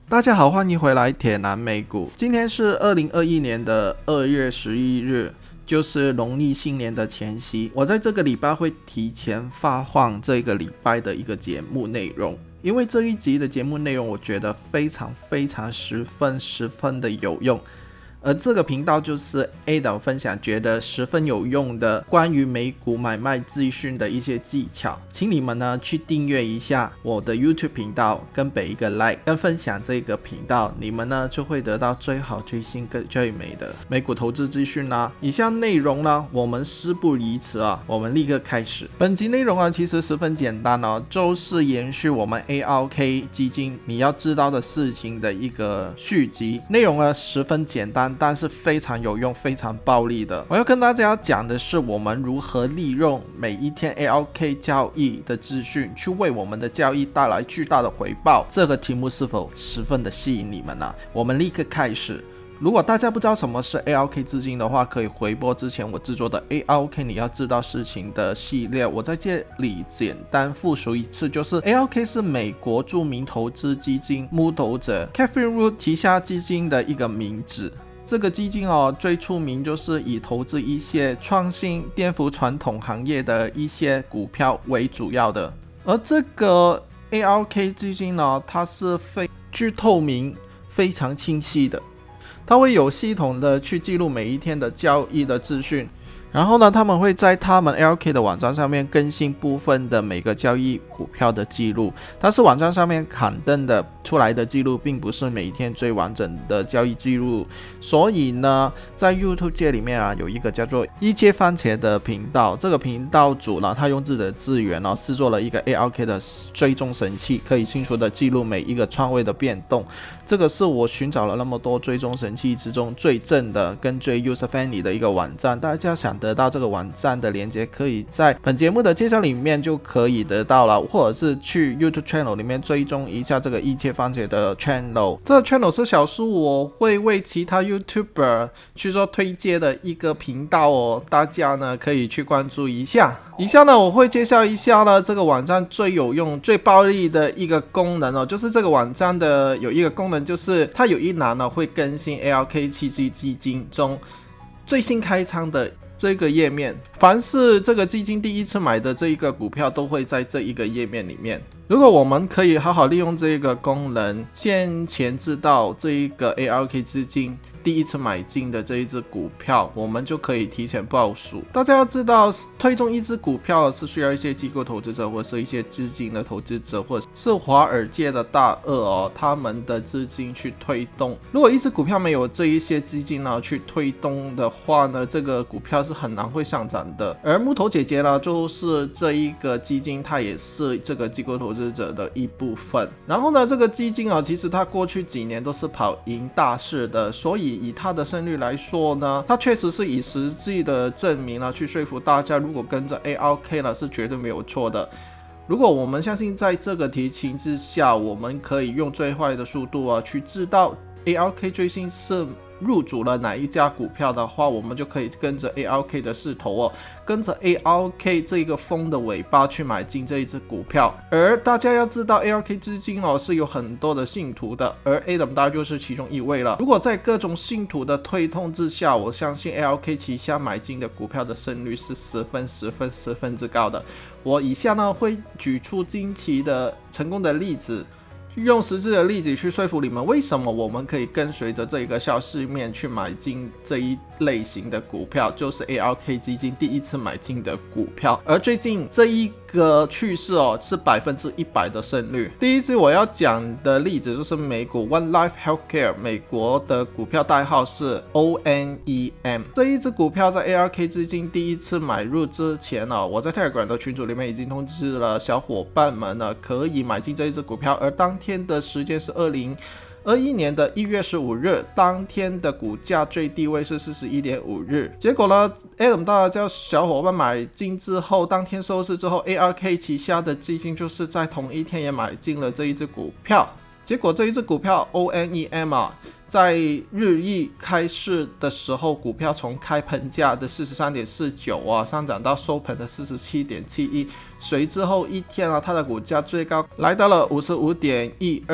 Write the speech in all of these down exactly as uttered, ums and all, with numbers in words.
大家好，欢迎回来铁男美股。今天是二零二一年的二月十一日，就是农历新年的前夕。我在这个礼拜会提前发放这个礼拜的一个节目内容，因为这一集的节目内容我觉得非常非常十分十分的有用。而这个频道就是 Adam 分享觉得十分有用的关于美股买卖资讯的一些技巧，请你们呢去订阅一下我的 YouTube 频道，跟给一个 like 跟分享这个频道，你们呢就会得到最好最新跟最美的美股投资资讯啦。以下内容呢我们事不宜迟啊，我们立刻开始。本集内容啊其实十分简单哦，就是延续我们 A R K 基金你要知道的事情的一个续集，内容呢十分简单，但是非常有用非常暴力的。我要跟大家讲的是我们如何利用每一天 A R K 交易的资讯去为我们的交易带来巨大的回报。这个题目是否十分的吸引你们呢？我们立刻开始。如果大家不知道什么是 A R K 资金的话，可以回播之前我制作的 A R K 你要知道事情的系列，我在这里简单复述一次，就是 A R K 是美国著名投资基金募投者 Catherine Wood 旗下基金的一个名字。这个基金哦，最出名就是以投资一些创新、颠覆传统行业的一些股票为主要的。而这个 A R K 基金呢，它是非具透明、非常清晰的，它会有系统的去记录每一天的交易的资讯。然后呢，他们会在他们 A R K 的网站上面更新部分的每个交易股票的记录，但是网站上面刊登的出来的记录并不是每一天最完整的交易记录，所以呢，在 YouTube 界里面啊，有一个叫做一切番茄的频道，这个频道主呢，他用自己的资源呢，制作了一个 A R K 的追踪神器，可以清楚的记录每一个仓位的变动。这个是我寻找了那么多追踪神器之中最正的跟最 user friendly 的一个网站，大家想得到这个网站的连接，可以在本节目的介绍里面就可以得到了，或者是去 YouTube channel 里面追踪一下这个一切番茄的 channel。这个 channel 是小叔我会为其他 YouTuber 去做推荐的一个频道哦，大家呢可以去关注一下。以下呢我会介绍一下呢这个网站最有用最暴力的一个功能哦，就是这个网站的有一个功能，就是它有一栏呢会更新 A R K 基金中最新开仓的这个页面，凡是这个基金第一次买的这一个股票都会在这一个页面里面。如果我们可以好好利用这个功能，先前知道这一个 A R K 基金第一次买进的这一只股票，我们就可以提前报数。大家要知道，推动一只股票是需要一些机构投资者，或是一些资金的投资者，或者是华尔街的大鳄哦，他们的资金去推动。如果一只股票没有这一些资金呢去推动的话呢，这个股票是很难会上涨的。而木头姐姐呢，就是这一个基金，它也是这个机构投资者的一部分。然后呢，这个基金啊，其实它过去几年都是跑赢大市的，所以以它的胜率来说呢，它确实是以实际的证明呢去说服大家，如果跟着 A R K 呢是绝对没有错的。如果我们相信在这个题情之下，我们可以用最快的速度啊去知道 A R K 最新是入主了哪一家股票的话，我们就可以跟着 A R K 的势头哦，跟着 A R K 这个风的尾巴去买进这一只股票。而大家要知道 A R K 基金哦是有很多的信徒的，而 Adam 大概就是其中一位了。如果在各种信徒的推动之下，我相信 A R K 旗下买进的股票的胜率是十分十分十分之高的。我以下呢会举出近期的成功的例子，用实质的例子去说服你们为什么我们可以跟随着这个消息面去买进这一类型的股票，就是 A R K 基金第一次买进的股票。而最近这一个趋势哦是百分之一百的胜率。第一支我要讲的例子就是美股 One Life Healthcare， 美国的股票代号是 O N E M。 这一支股票在 A R K 基金第一次买入之前哦，我在 Telegram 的群组里面已经通知了小伙伴们呢可以买进这一支股票。而当天的时间是二零二一年的一月十五日，当天的股价最低位是 四十一点五日。结果呢 Adam 大家小伙伴买进之后，当天收市之后 A R K 旗下的基金就是在同一天也买进了这一只股票。结果这一只股票 O N E M 啊，在日易开市的时候，股票从开盘价的 四十三点四九 啊，上涨到收盘的 四十七点七一，随之后一天啊，它的股价最高来到了 五十五点一二。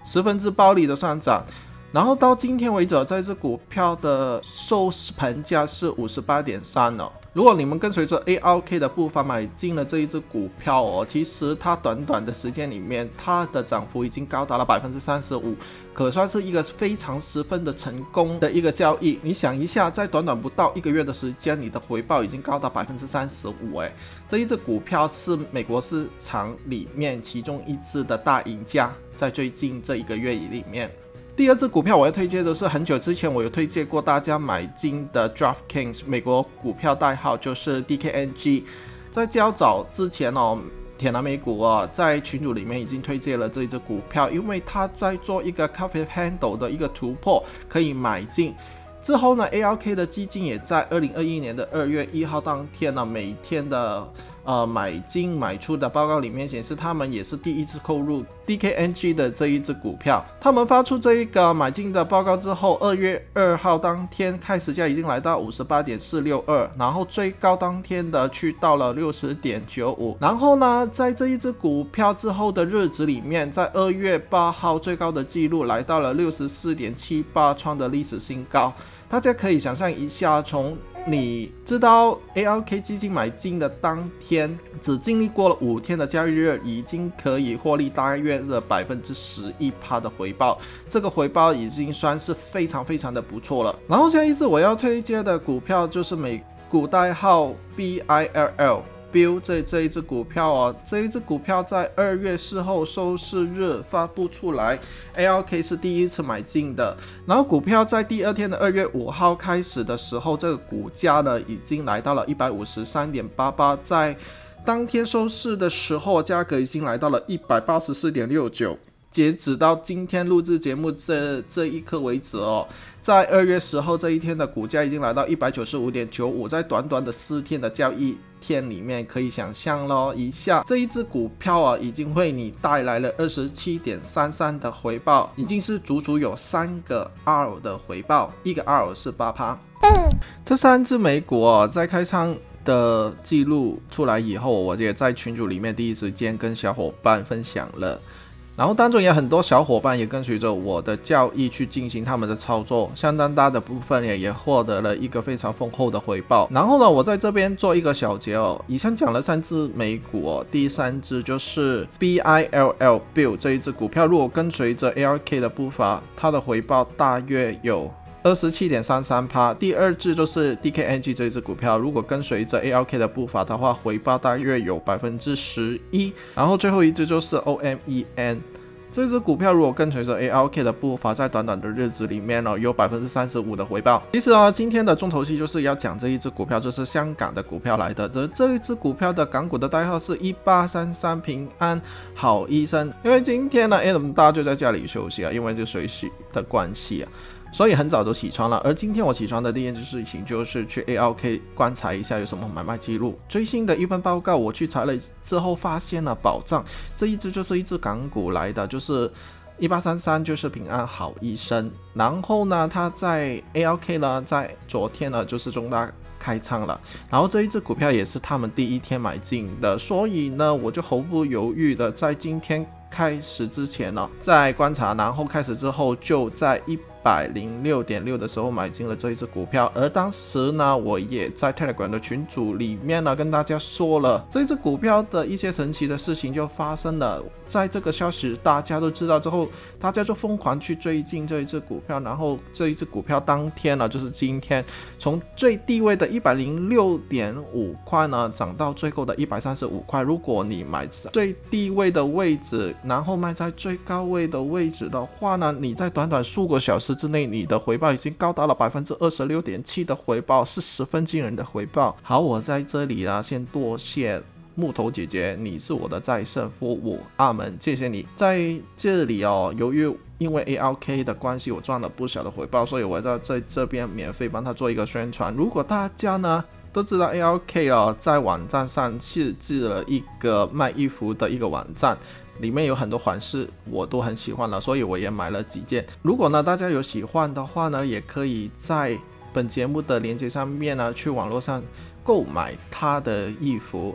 十分之暴力的上涨。然后到今天为止，这只股票的收盘价是 五十八点三 哦。如果你们跟随着 A R K 的步伐买进了这一只股票哦，其实它短短的时间里面，它的涨幅已经高达了 百分之三十五， 可算是一个非常十分的成功的一个交易。你想一下，在短短不到一个月的时间，你的回报已经高达 百分之三十五， 哎，这一只股票是美国市场里面其中一只的大赢家，在最近这一个月里面。第二只股票我要推荐的是很久之前我有推荐过大家买进的 DraftKings， 美国股票代号就是 D K N G。 在较早之前哦，铁南美股哦，在群组里面已经推荐了这一只股票，因为它在做一个 Coffee Handle 的一个突破，可以买进。之后呢 A R K 的基金也在二零二一年的二月一号当天呢，每天的呃买进买出的报告里面显示，他们也是第一次购入 D K N G 的这一只股票。他们发出这一个买进的报告之后，二月二号当天开始价已经来到 五十八点四六二， 然后最高当天的去到了 六十点九五。 然后呢，在这一只股票之后的日子里面，在二月八号最高的记录来到了 六十四点七八， 创的历史新高。大家可以想象一下，从你知道 A R K 基金买进的当天，只经历过了五天的交易日，已经可以获利大约是 百分之十一 的回报，这个回报已经算是非常非常的不错了。然后下一支我要推荐的股票就是美股代号 B I L L Bill 这这一只股票哦，这一只股票在二月四号收市日发布出来 ，A R K 是第一次买进的。然后股票在第二天的二月五号开始的时候，这个股价呢已经来到了 一百五十三点八八， 在当天收市的时候，价格已经来到了 一百八十四点六九。截止到今天录制节目这这一刻为止哦，在二月十号这一天的股价已经来到 一百九十五点九五， 在短短的四天的交易天里面，可以想象咯一下，这一只股票啊，已经为你带来了 二十七点三三 的回报，已经是足足有三个 R 的回报，一个 R 是 百分之八。这三只美股啊，在开仓的记录出来以后，我也在群组里面第一时间跟小伙伴分享了。然后当中也很多小伙伴也跟随着我的教义去进行他们的操作，相当大的部分也也获得了一个非常丰厚的回报。然后呢，我在这边做一个小结哦，以上讲了三只美股哦，第三只就是 B I L L Bill 这一只股票，如果跟随着 A R K 的步伐，它的回报大约有二十七点三三。 第二只就是 D K N G 这一只股票，如果跟随着 A R K 的步伐的话，回报大约有 百分之十一。 然后最后一只就是 O M E N 这只股票，如果跟随着 A R K 的步伐，在短短的日子里面呢、哦，有 百分之三十五 的回报。其实啊，今天的重头戏就是要讲这一只股票，就是香港的股票来的。这这一只股票的港股的代号是一八三三平安好医生。因为今天呢 Adam 大家就在家里休息啊，因为这水洗的关系啊，所以很早就起床了。而今天我起床的第一件事情就是去 A R K 观察一下有什么买卖记录。最新的一份报告我去查了之后，发现了宝藏，这一只就是一只港股来的，就是一八三三，就是平安好医生。然后呢，它在 A R K 呢，在昨天呢就是重大开仓了，然后这一只股票也是他们第一天买进的，所以呢，我就毫不犹豫的在今天开始之前呢，在观察，然后开始之后就在一百零六点六的时候买进了这一只股票。而当时呢，我也在 Telegram 的群组里面呢跟大家说了这一只股票的一些神奇的事情就发生了。在这个消息大家都知道之后，大家就疯狂去追进这一只股票，然后这一只股票当天呢，就是今天，从最低位的一百零六点五块呢涨到最后的一百三十五块。如果你买最低位的位置，然后卖在最高位的位置的话呢，你在短短数个小时之内，你的回报已经高达了 百分之二十六点七 的回报，是十分惊人的回报。好，我在这里啊，先多谢木头姐姐，你是我的再胜父母，阿门，谢谢你。在这里哦，由于因为 A R K 的关系，我赚了不小的回报，所以我在在这边免费帮他做一个宣传。如果大家呢都知道 A R K 哦，在网站上设置了一个卖衣服的一个网站，里面有很多款式我都很喜欢了，所以我也买了几件。如果呢大家有喜欢的话呢，也可以在本节目的链接上面呢去网络上购买他的衣服。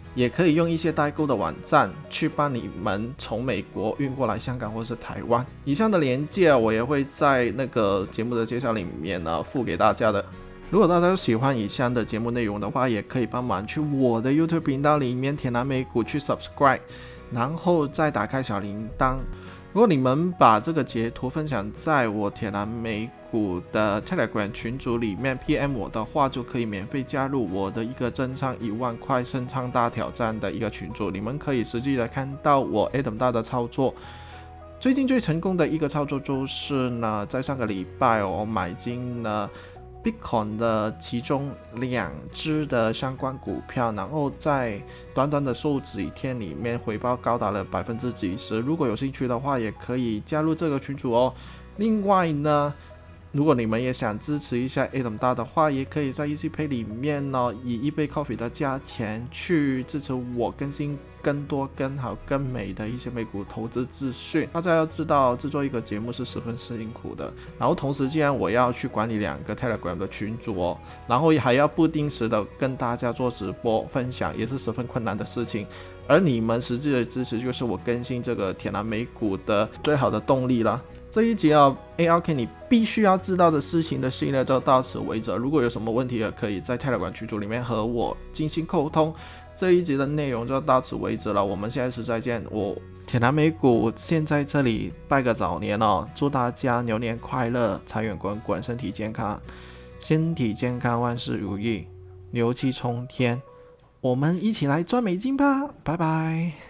也可以用一些代购的网站去帮你们从美国运过来香港或是台湾。以上的连结我也会在那个节目的介绍里面呢附给大家的。如果大家喜欢以上的节目内容的话，也可以帮忙去我的 YouTube 频道里面铁男美股去 subscribe， 然后再打开小铃铛。如果你们把这个截图分享在我铁男美股的 Telegram 群组里面 P M 我的话，就可以免费加入我的一个真仓一万块深仓大挑战的一个群组，你们可以实际的看到我 Adam 大的操作。最近最成功的一个操作就是呢，在上个礼拜我买进了Bitcoin 的其中两只的相关股票，然后在短短的数几天里面回报高达了百分之几十。如果有兴趣的话，也可以加入这个群组哦。另外呢，如果你们也想支持一下 Adam 大的话，也可以在 EasyPay 里面呢，以一杯 coffee 的价钱去支持我更新更多更好更美的一些美股投资资讯。大家要知道制作一个节目是十分辛苦的，然后同时既然我要去管理两个 Telegram 的群组哦，然后还要不定时的跟大家做直播分享，也是十分困难的事情。而你们实际的支持就是我更新这个铁男美股的最好的动力了。这一集啊 A R K 你必须要知道的事情的系列就到此为止。如果有什么问题也可以在 Telegram 群组里面和我进行沟通。这一集的内容就到此为止了，我们下次再见。我铁男美股先在这里拜个早年哦，祝大家牛年快乐，财源滚滚，身体健康，身体健康，万事如意，牛气冲天。我们一起来赚美金吧，拜拜。